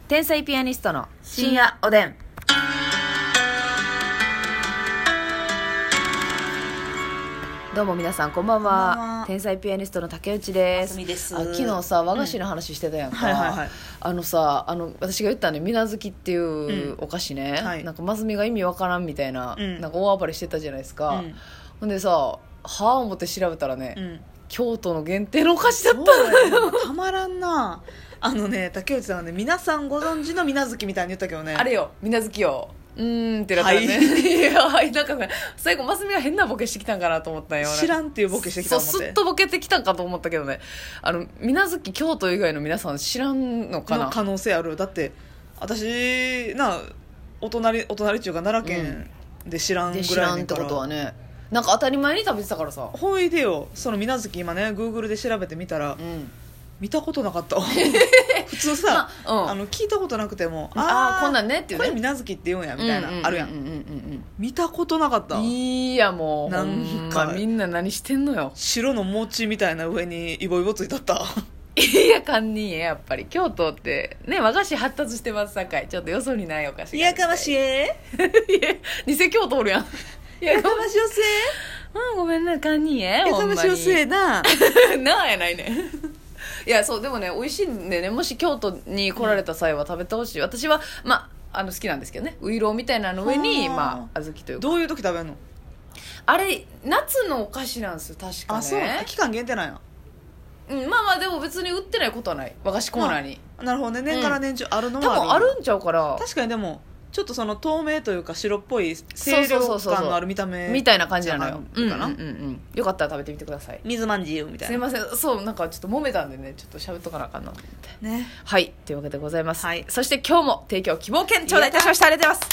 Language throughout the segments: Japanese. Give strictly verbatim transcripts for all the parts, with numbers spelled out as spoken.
天才ピアニストの深夜おでん。どうも皆さんこんばんは。 こんばんは。 天才ピアニストの竹内です。 ますみです。 あ、昨日さ和菓子の話してたやんか、 うん、はいはいはい。 あのさ、あの私が言ったね、みなずきっていうお菓子ね、 うんはい、 なんかますみが意味わからんみたいな、うん、なんか大暴れしてたじゃないですか、うん、ほんでさ、はあ思って調べたらね、うん、京都の限定のお菓子だったのよ。 たまらんな。あのね、竹内さんはね、皆さんご存知のみなずきみたいに言ったけどね、 あれよ、みなずきよ、うーんってなったらね、はい、いや、はい、なんかね、最後ますみが変なボケしてきたんかなと思ったよ。 知らんっていうボケしてきたと思って、 そう、すっとボケてきたんかと思ったけどね、あのみなずき京都以外の皆さん知らんのかな。 の可能性ある。だって私な、お隣お隣っていうか奈良県で知らんぐらい、うん、で知らんってことはね、なんか当たり前に食べてたからさ。 ほいでよ、そのみなずき今ね Google で調べてみたら、うん、見たことなかった普通さ、まあうん、あの聞いたことなくても、 ああこんなんねっていうね、 これみなずきって言うんやみたいな、うんうん、あるやん。見たことなかった。 いやもうなんかみんな何してんのよ。 白の餅みたいな上にイボイボついとった。 いやかんにえ、やっぱり京都ってね、和菓子発達してますさかい、ちょっとよそにないお菓子が。 いやかましえ偽京都おるやん。 いやかましおせえ、うん、ごめんな、かんにえ、 いやかましおせえななあやないねいやそう、でもね美味しいんでね、もし京都に来られた際は食べてほしい、うん、私はまああの好きなんですけどね、ういろうみたいなの上にまあ小豆というか。 どういう時食べるの？ あれ夏のお菓子なんですよ確かね。 あ、そう、期間限定なんや。 うん、まあまあでも別に売ってないことはない、和菓子コーナーに、 まあ、なるほどね、年から年中あるのもある、 うん、多分あるんちゃうから。 確かに。でもちょっとその透明というか白っぽい清涼感のある見た目みたいな感じなのよ。うんうんうんうん、よかったら食べてみてください。 水まんじゅうみたいな。 すいません、そう、なんかちょっと揉めたんでね、ちょっと喋っとかなあかんなと思ってね。 はい、というわけでございます、 はい、 そして今日も提供希望券頂戴いたしました。ありがとうございます。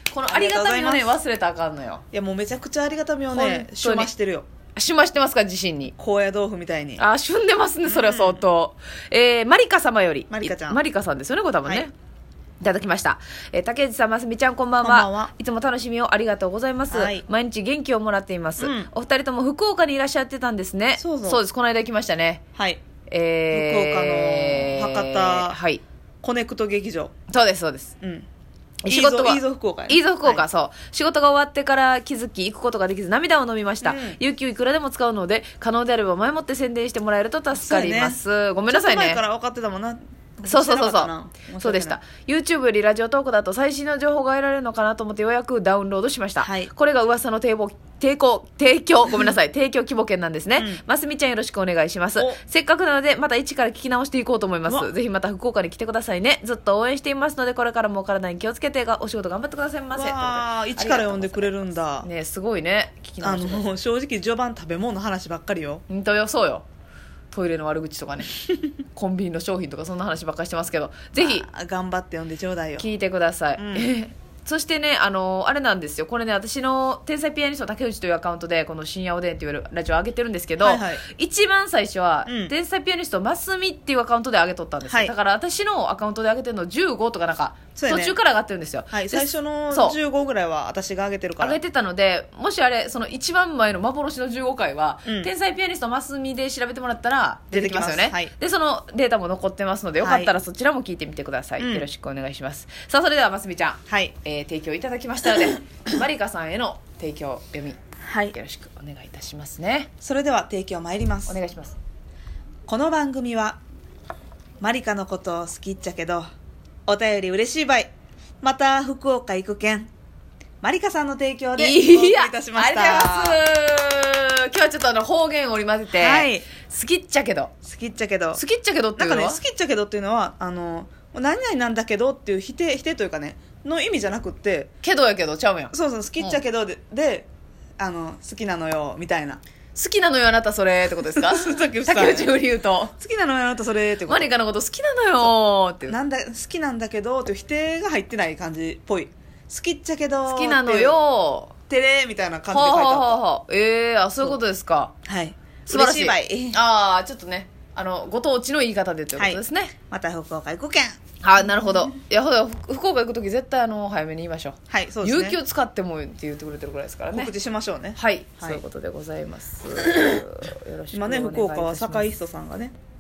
このありがたみをね忘れたらあかんのよ。 いやもうめちゃくちゃありがたみをねしゅましてるよ。 しゅましてますか、自身に。 高野豆腐みたいに。 あ、しゅんでますね、それは相当、うん、えー、マリカ様より、 マリカちゃん、 マリカさんですよねこれ多分ね、はい、いただきました、えー、竹内さん、ますみちゃん、こんばんは。 こんばんは。 いつも楽しみをありがとうございます、はい、毎日元気をもらっています、うん、お二人とも福岡にいらっしゃってたんですね。 そうそう、 そうです、この間行きましたね。 はい、 えー、 福岡の博多、 はい、 コネクト劇場。 そうですそうです、うん、 仕事がいいぞ福岡や、ね、 いいぞ福岡、はい、そう仕事が終わってから気づき行くことができず涙を飲みました、うん、有給いくらでも使うので可能であれば前もって宣伝してもらえると助かります、ね、ごめんなさいね。 ちょっと前から分かってたもんな。 そうそうそうそうそうでした。 YouTube よりラジオトークだと最新の情報が得られるのかなと思ってようやくダウンロードしました、はい、これが噂の提供提供提供ごめんなさい提供希望券なんですね、うん、ますみちゃんよろしくお願いします。せっかくなのでまた一から聞き直していこうと思います。ぜひまた福岡に来てくださいね。ずっと応援していますのでこれからもお体に気をつけてお仕事頑張ってくださいませ。 わー、一から読んでくれるんだね。すごいね、聞き直して。 あの正直序盤食べ物の話ばっかりよ。 本当よ、そうよ、トイレの悪口とかねコンビニの商品とかそんな話ばっかりしてますけど、ぜひ頑張って読んでちょうだいよ。 聞いてください、うん、そしてね、あのあれなんですよ、これね、私の天才ピアニスト竹内というアカウントでこの深夜おでんっていうラジオを上げてるんですけど、はいはい、一番最初は、うん、天才ピアニストますみっていうアカウントで上げとったんですよ、はい、だから私のアカウントで上げてるのじゅうごとかなんか途中から上がってるんですよ、 はい、最初のじゅうごぐらいは私が上げてるから上げてたので、もしあれその一番前の幻のじゅうごかいは、うん、天才ピアニストますみで調べてもらったら出てきますよね、はい、でそのデータも残ってますのでよかったらそちらも聞いてみてください、はい、よろしくお願いします、うん、さあそれではますみちゃん、はい、えー、提供いただきましたのでマリカさんへの提供読み、はい、よろしくお願いいたしますね。 それでは提供参ります。 お願いします。 この番組はマリカのことを好きっちゃけどお便り嬉しいばい、また福岡行くけん、マリカさんの提供でお送りいたしました。 ありがとうございます。今日はちょっとあの方言を織り交ぜて、はい、好きっちゃけど好きっちゃけど好きっちゃけどっていうのはなんかね、好きっちゃけどっていうのはあの何々なんだけどっていう否定否定というかねの意味じゃなくって、 けどやけどちゃうやん。 そうそう、好きっちゃけどで、うん、であの好きなのよみたいな、 好きなのよあなたそれってことですか竹内風に言うと好きなのよあなたそれってこと、 マリカのこと好きなのよってなんだ好きなんだけどっていう否定が入ってない感じっぽい。好きっちゃけど好きなのよてれみたいな感じで書いてあった。はあはあ、 えー、あそういうことですか。 はい、 素晴らしい。ああちょっとね、あのご当地の言い方でということですね、はい、 また福岡行くけん。 あ、なるほど。いやほど福岡行くとき絶対あの早めに言いましょう。 はい、そうですね。 有給使ってもって言ってくれてるぐらいですからね。 告知しましょうね。 はい、はい、そういうことでございます。よろしくお願いします。 今ね福岡は坂井人さんがね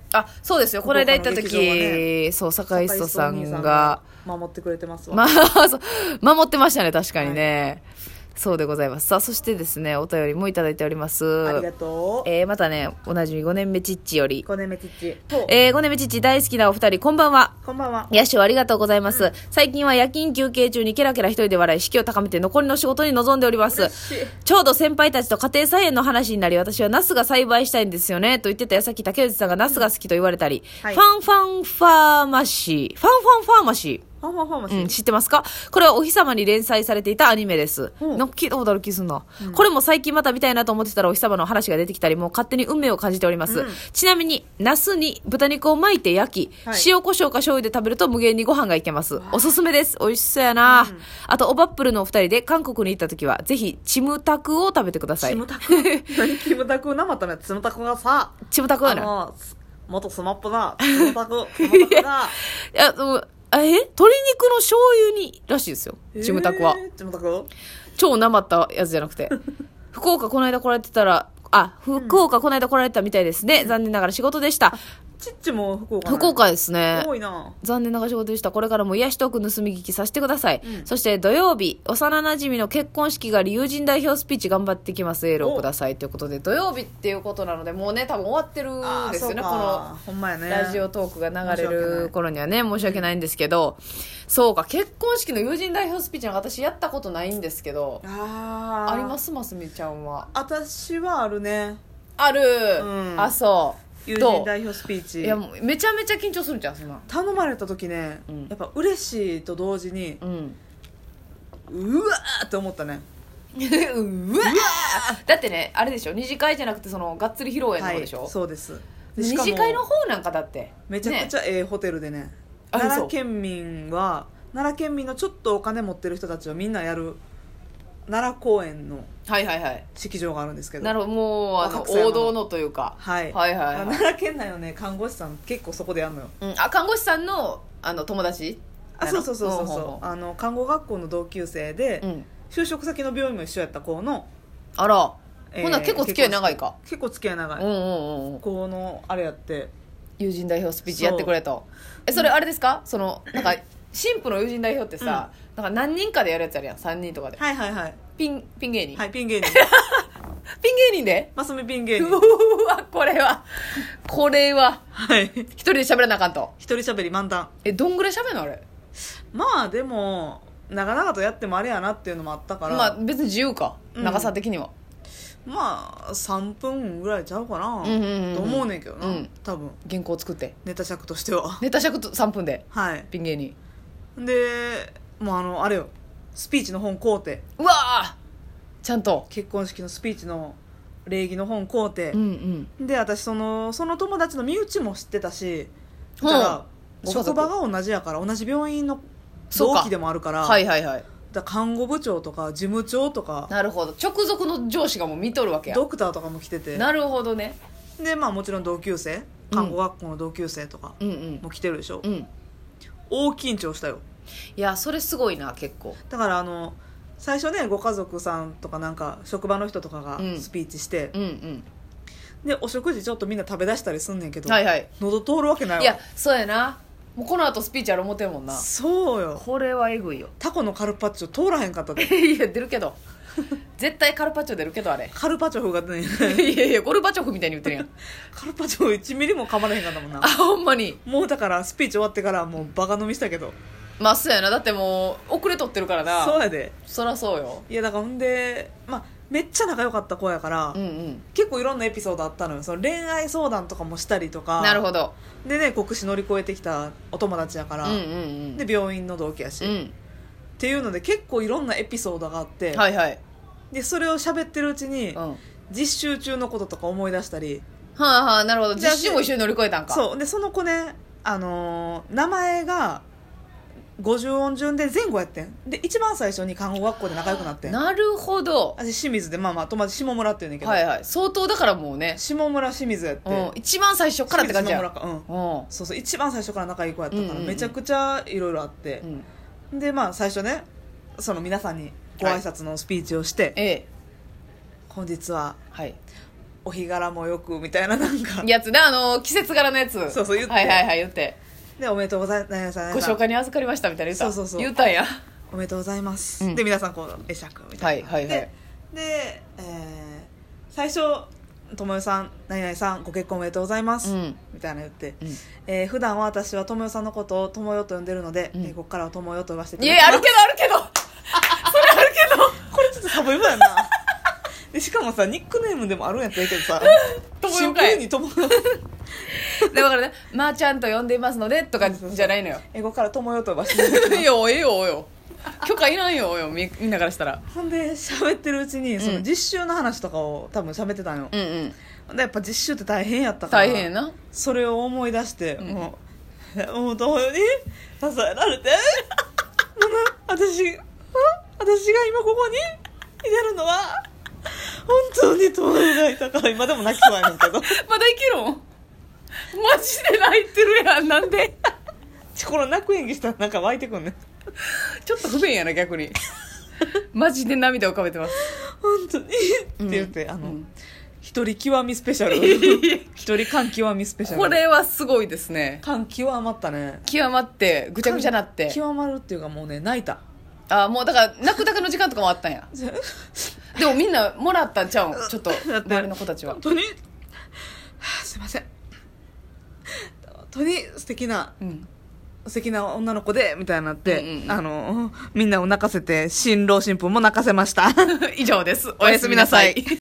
あ、そうですよ。この間行った時、ね、そう、坂井磯さんが守ってくれてますわ。 まあ、そう、守ってましたね、確かにね。はい、そうでございます。さあ、そしてですね、お便りもいただいております。 ありがとう。 えー、またね、おなじみごねんめちっちより。 ごねんめちっち。 えー、ごねんめちっち大好きなお二人、こんばんは。 こんばんは。 ヤッシュありがとうございます。うん、最近は夜勤休憩中にケラケラ一人で笑い、士気を高めて残りの仕事に臨んでおります。ちょうど先輩たちと家庭菜園の話になり、私はナスが栽培したいんですよね、と言ってた矢先、竹内さんがナスが好きと言われたり、うん、はい、ファンファンファーマシー、ファンファンファーマシー。 ファンファンファーマシー、 うん、知ってますか？これはお日様に連載されていたアニメです。うん、なんか聞いたことある気すんな、うん。これも最近また見たいなと思ってたらお日様の話が出てきたり、もう勝手に運命を感じております。うん、ちなみに、ナスに豚肉を巻いて焼き、はい、塩コショウか醤油で食べると無限にご飯がいけます。おすすめです。美味しそうやな、うん、あと、おバップルのお二人で韓国に行った時は、ぜひ、チムタクを食べてください。 チムタク何チムタク生ったね。チムタクがさ、 チムタクはね。 元スマップだ。チムタク、チムタクだ。 いや、でも、え鶏肉の醤油にらしいですよ、チムタクは。 チムタク超なまったやつじゃなくて。福岡この間来られてたら、あ、福岡この間来られてたみたいですね。残念ながら仕事でした。 ちっちも福岡、 ね、福岡ですね。 多いな。 残念ながら仕事でした。これからも癒しトーク盗み聞きさせてください。うん、そして土曜日、幼馴染の結婚式があり、友人代表スピーチ頑張ってきます。エールをください。ということで、土曜日っていうことなので、もうね、多分終わってるんですよね。この、 ほんまやね、 ラジオトークが流れる頃にはね、申し訳ないんですけど、うん、そうか、結婚式の友人代表スピーチなんか私やったことないんですけど、 あありますますみちゃんは。 私はあるね。 ある、うん、あ、そう。 友人代表スピーチ。 いや、もうめちゃめちゃ緊張するじゃん、そんな。 頼まれた時ね、うん、やっぱ嬉しいと同時に、うん、うわーって思ったね。 うわーだってね、あれでしょ、二次会じゃなくてそのがっつり披露宴の方でしょ、 はい、そうです。 で二次会の方なんかだってめちゃくちゃええホテルでね、奈良県民は奈良県民のちょっとお金持ってる人たちはみんなやる奈良公園の式場があるんですけど、 なるほど、もうあの王道のというか、 はい、はいはいはい、奈良県内のね看護師さん結構そこでやるのよ、 うん、あ、看護師さんのあの友達、 あ、そうそうそうそうそう、あの看護学校の同級生で、うん、就職先の病院も一緒やった子の、 あら、えー、ほんなら結構付き合い長いか。 結構付き合い長い、うんうんうん、子のあれやって友人代表スピーチやってくれと。え、それあれですか、そのなんか新婦の友人代表ってさ、うん、なんか何人かでやるやつあるやん、さんにんとかで。 はいはいはい。 ピン、ピン芸人。 はい、ピン芸人。ピン芸人でマスミピン芸人。 うわ、これは、これは。 はい。 一人で喋らなあかんと。 一人喋り漫談。 え、どんぐらい喋るのあれ。 まあでも、長々とやってもあれやなっていうのもあったから。 まあ別に自由か、うん、長さ的には。 まあさんぷんぐらいちゃうかな、うんうんうんうん、と思うねんけどな、うん、多分原稿作ってネタ尺としてはネタ尺とさんぷんで、 はい、 ピン芸人でもうあのあれよ、スピーチの本買うて、 うわー、ちゃんと結婚式のスピーチの礼儀の本買うて、うんうん、で私そのその友達の身内も知ってたし、だから職場が同じやから同じ病院の同期でもあるから、 はいはいはい、 だ看護部長とか事務長とか、 なるほど、直属の上司がもう見とるわけや、 ドクターとかも来てて、 なるほどね。 でまあもちろん同級生、看護学校の同級生とかも来てるでしょ、うんうん、大緊張したよ。 いやそれすごいな、結構。 だからあの最初ね、ご家族さんとかなんか職場の人とかがスピーチして、うんうんうん、でお食事ちょっとみんな食べ出したりすんねんけど、はいはい、喉通るわけないわ。 いやそうやな、もうこの後スピーチある思ってるもんな。 そうよ、 これはえぐいよ。 タコのカルパッチョ通らへんかったでいや出るけど絶対カルパッチョ出るけど、あれカルパチョフがねいやいやゴルバチョフみたいに言ってるやんカルパチョフいちミリも噛まれへんかったもんな。 あ、ほんまに。 もうだからスピーチ終わってからもうバカ飲みしたけど、 まあそうやな、だってもう遅れとってるからな。 そうやで、 そらそうよ。 いやだからほんで、まあ、めっちゃ仲良かった子やから、うんうん、結構いろんなエピソードあったのよ。その恋愛相談とかもしたりとか。 なるほど。 でね、国試乗り越えてきたお友達やから、うんうんうん、で病院の同期やし、うん、っていうので結構いろんなエピソードがあって、はいはい、でそれを喋ってるうちに、うん、実習中のこととか思い出したり、 はあはあ、なるほど。実習も一緒に乗り越えたんか。 そうで、その子ね、あのー、名前がごじゅう音順で前後やってんで、一番最初に看護学校で仲良くなってん。 なるほど。 私清水で、まあまあ友達下村って言うねんけど、 はいはい、相当だからもうね、 下村清水やって、うん、 一番最初からって感じや。 清水下村か、うん、うん、そうそう、一番最初から仲いい子やったから、うんうんうん、めちゃくちゃいろいろあって、うん、でまあ最初ね、その皆さんにご挨拶のスピーチをして、はい、本日は、はい、 お日柄もよくみたいななんかやつね、あの季節柄のやつ、 そうそう言って、 はいはいはい言って、 でおめでとうございます、 ご紹介に預かりましたみたいな言った、 そうそうそう言ったんや、 おめでとうございます、 うん、 で皆さんこう会釈みたいな、 はいはいはい、 で、でえー、最初ともよさん何々さんご結婚おめでとうございます、うん、みたいな言って、うん、えー、普段は私はともよさんのことをともよと呼んでるので、うん、えー、ここからはともよと呼ばせていただきます。 いやあるけどあるけどそれあるけどこれちょっとサブイボやなでしかもさニックネームでもあるんやったらいいけどさシンプルにともよでだからね、まー、ちゃんと呼んでいますのでとかじゃないのよ、 英語からともよと呼ばせていただきます。 いやええよよ許可いらんよよ み, みんなからしたら。 ほんで喋ってるうちにその実習の話とかを多分喋ってたんよ、うんうん、でやっぱ実習って大変やったから大変やな、 それを思い出して、うん、もうもうともよに支えられて私私が今ここにいれるのは本当にともよがいたから今でも泣きそうやねんけどまだいけるんマジで泣いてるやん。なんでこの泣く演技したらなんか湧いてくんねんちょっと不便やな逆にマジで涙を浮かべてます。 本当に、うん、って言って、あの、うん、一人極みスペシャル一人感極みスペシャル。 これはすごいですね。 感極まったね。 極まってぐちゃぐちゃなって極まるっていうかもうね泣いた。 あもうだから泣くだけの時間とかもあったんやでもみんなもらったんちゃうんちょっと周りの子たちは。 本当にすいません本当に素敵な、うん素敵な女の子でみたいになって、うんうん、あのみんなを泣かせて新郎新婦も泣かせました以上です。おやすみなさい